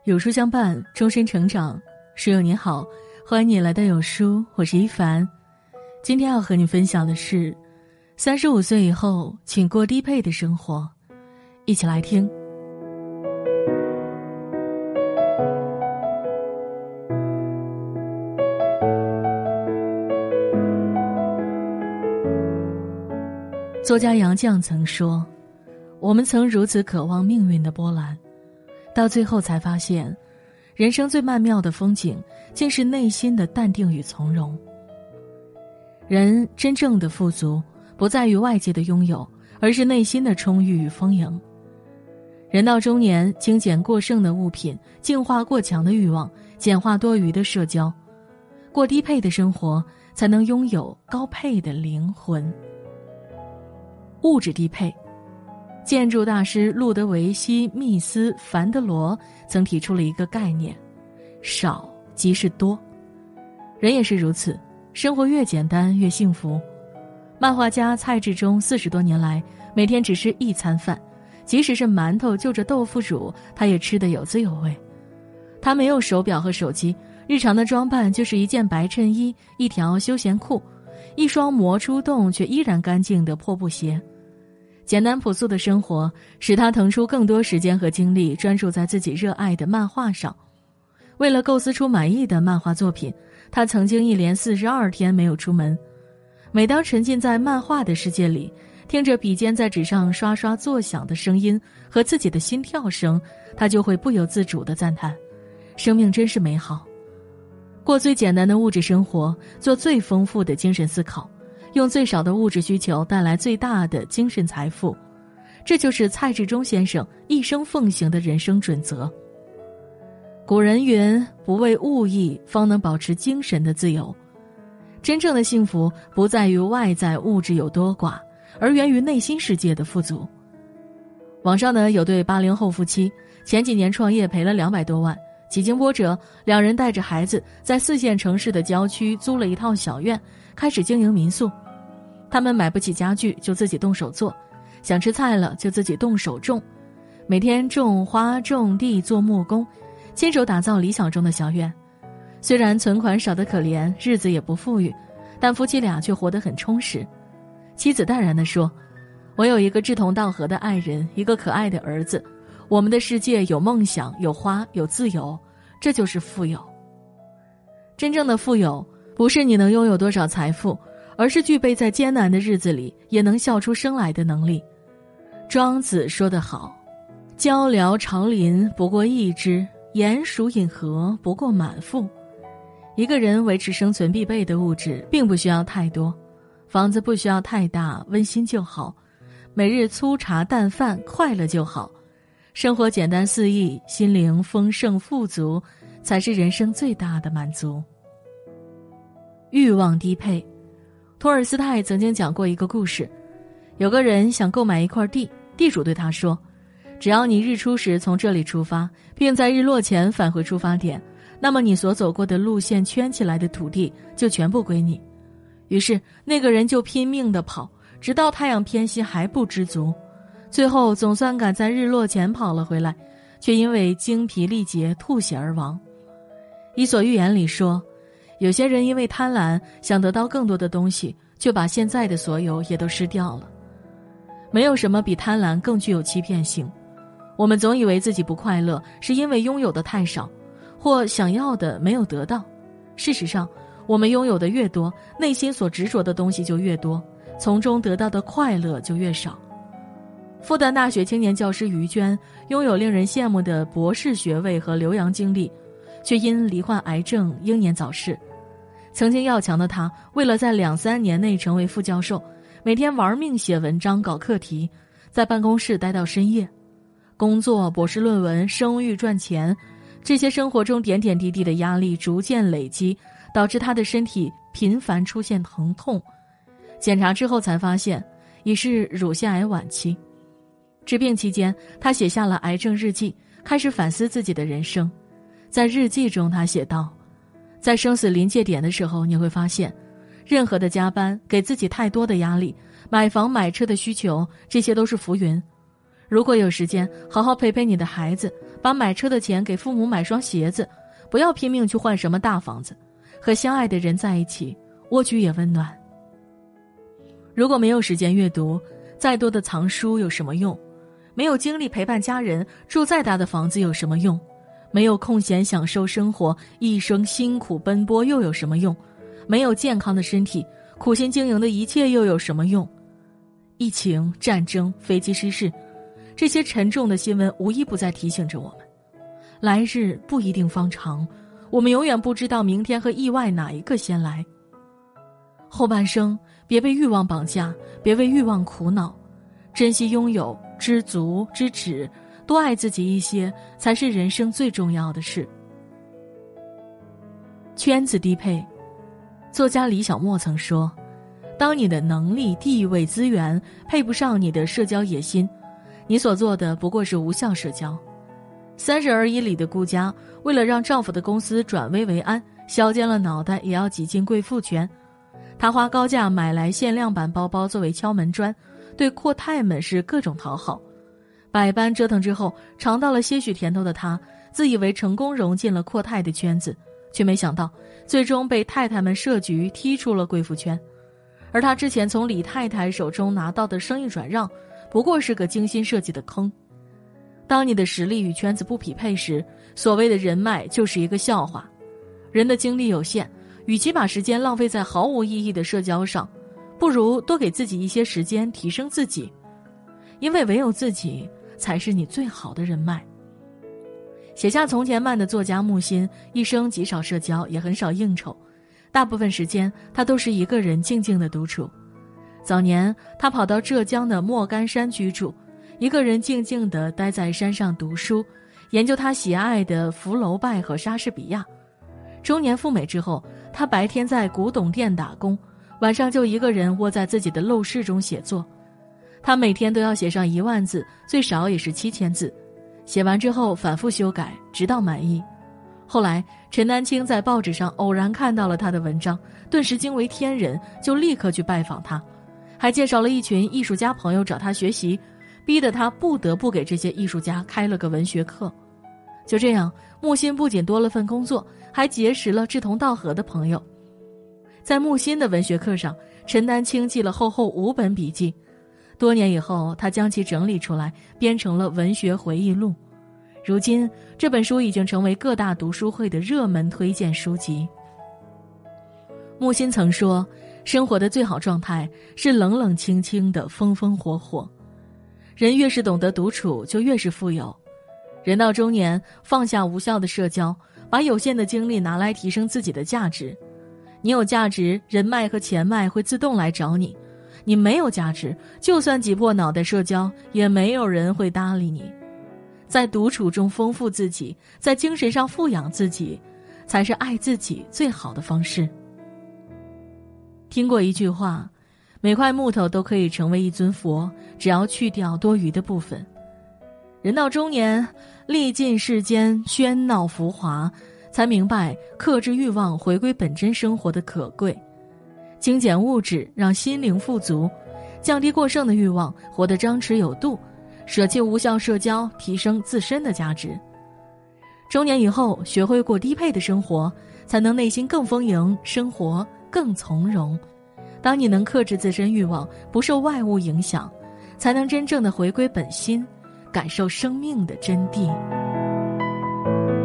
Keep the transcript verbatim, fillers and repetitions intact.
有书相伴，终身成长。书友你好，欢迎你来到有书，我是一凡。今天要和你分享的是三十五岁以后请过低配的生活，一起来听。作家杨绛曾说，我们曾如此渴望命运的波澜，到最后才发现，人生最曼妙的风景竟是内心的淡定与从容。人真正的富足不在于外界的拥有，而是内心的充裕与丰盈。人到中年，精简过剩的物品，净化过强的欲望，简化多余的社交，过低配的生活，才能拥有高配的灵魂。物质低配，建筑大师路德维希·密斯·凡德罗曾提出了一个概念：少即是多。人也是如此，生活越简单越幸福。漫画家蔡志忠四十多年来，每天只吃一餐饭，即使是馒头就着豆腐乳，他也吃得有滋有味。他没有手表和手机，日常的装扮就是一件白衬衣，一条休闲裤，一双磨出洞却依然干净的破布鞋。简单朴素的生活使他腾出更多时间和精力，专注在自己热爱的漫画上。为了构思出满意的漫画作品，他曾经一连四十二天没有出门。每当沉浸在漫画的世界里，听着笔尖在纸上刷刷作响的声音和自己的心跳声，他就会不由自主地赞叹：生命真是美好。过最简单的物质生活，做最丰富的精神思考，用最少的物质需求带来最大的精神财富，这就是蔡志忠先生一生奉行的人生准则。古人云，不为物役，方能保持精神的自由。真正的幸福不在于外在物质有多寡，而源于内心世界的富足。网上呢有对八零后夫妻，前几年创业赔了两百多万，几经波折，两人带着孩子在四线城市的郊区租了一套小院，开始经营民宿。他们买不起家具，就自己动手做，想吃菜了就自己动手种，每天种花种地做木工，亲手打造理想中的小院。虽然存款少得可怜，日子也不富裕，但夫妻俩却活得很充实。妻子淡然地说，我有一个志同道合的爱人，一个可爱的儿子，我们的世界有梦想，有花，有自由，这就是富有。真正的富有不是你能拥有多少财富，而是具备在艰难的日子里也能笑出声来的能力。庄子说得好，鹪鹩巢林不过一只，鼹鼠饮河不过满腹。一个人维持生存必备的物质并不需要太多，房子不需要太大，温馨就好，每日粗茶淡饭，快乐就好。生活简单肆意，心灵丰盛富足，才是人生最大的满足。欲望低配，托尔斯泰曾经讲过一个故事，有个人想购买一块地，地主对他说，只要你日出时从这里出发，并在日落前返回出发点，那么你所走过的路线圈起来的土地就全部归你。于是那个人就拼命地跑，直到太阳偏西还不知足，最后总算赶在日落前跑了回来，却因为精疲力竭吐血而亡。伊索寓言里说，有些人因为贪婪想得到更多的东西，却把现在的所有也都失掉了。没有什么比贪婪更具有欺骗性。我们总以为自己不快乐是因为拥有的太少，或想要的没有得到。事实上，我们拥有的越多，内心所执着的东西就越多，从中得到的快乐就越少。复旦大学青年教师于娟拥有令人羡慕的博士学位和留洋经历，却因罹患癌症英年早逝。曾经要强的他，为了在两三年内成为副教授，每天玩命写文章搞课题，在办公室待到深夜。工作、博士论文、声誉、赚钱，这些生活中点点滴滴的压力逐渐累积，导致他的身体频繁出现疼痛。检查之后才发现已是乳腺癌晚期。治病期间，他写下了癌症日记，开始反思自己的人生。在日记中他写道，在生死临界点的时候，你会发现任何的加班给自己太多的压力，买房买车的需求，这些都是浮云。 如果有时间，好好陪陪你的孩子，把买车的钱给父母买双鞋子，不要拼命去换什么大房子，和相爱的人在一起，蜗居也温暖。如果没有时间阅读，再多的藏书有什么用？没有精力陪伴家人，住再大的房子有什么用？没有空闲享受生活，一生辛苦奔波又有什么用？没有健康的身体，苦心经营的一切又有什么用？疫情、战争、飞机失事，这些沉重的新闻无一不在提醒着我们，来日不一定方长，我们永远不知道明天和意外哪一个先来。后半生别被欲望绑架，别为欲望苦恼，珍惜拥有，知足知止，多爱自己一些，才是人生最重要的事。圈子低配，作家李小沫曾说，当你的能力、地位、资源配不上你的社交野心，你所做的不过是无效社交。三十而已里的顾佳，为了让丈夫的公司转危为安，削尖了脑袋也要挤进贵妇圈。她花高价买来限量版包包作为敲门砖，对阔太们是各种讨好。百般折腾之后，尝到了些许甜头的她，自以为成功融进了阔太的圈子，却没想到最终被太太们设局踢出了贵妇圈。而她之前从李太太手中拿到的生意转让，不过是个精心设计的坑。当你的实力与圈子不匹配时，所谓的人脉就是一个笑话。人的精力有限，与其把时间浪费在毫无意义的社交上，不如多给自己一些时间提升自己，因为唯有自己才是你最好的人脉。写下《从前慢》的作家木心，一生极少社交，也很少应酬，大部分时间他都是一个人静静的独处。早年他跑到浙江的莫干山居住，一个人静静地待在山上读书，研究他喜爱的福楼拜和莎士比亚。中年赴美之后，他白天在古董店打工，晚上就一个人窝在自己的陋室中写作。他每天都要写上一万字，最少也是七千字。写完之后反复修改，直到满意。后来陈丹青在报纸上偶然看到了他的文章，顿时惊为天人，就立刻去拜访他，还介绍了一群艺术家朋友找他学习，逼得他不得不给这些艺术家开了个文学课。就这样，木心不仅多了份工作，还结识了志同道合的朋友。在木心的文学课上，陈丹青记了厚厚五本笔记，多年以后他将其整理出来，编成了文学回忆录。如今这本书已经成为各大读书会的热门推荐书籍。木心曾说，生活的最好状态是冷冷清清的风风火火。人越是懂得独处，就越是富有。人到中年，放下无效的社交，把有限的精力拿来提升自己的价值。你有价值，人脉和钱脉会自动来找你；你没有价值，就算挤破脑袋社交，也没有人会搭理你。在独处中丰富自己，在精神上富养自己，才是爱自己最好的方式。听过一句话，每块木头都可以成为一尊佛，只要去掉多余的部分。人到中年，历尽世间喧闹浮华，才明白克制欲望，回归本真生活的可贵。精简物质，让心灵富足，降低过剩的欲望，活得张弛有度，舍弃无效社交，提升自身的价值。中年以后，学会过低配的生活，才能内心更丰盈，生活更从容。当你能克制自身欲望，不受外物影响，才能真正的回归本心，感受生命的真谛。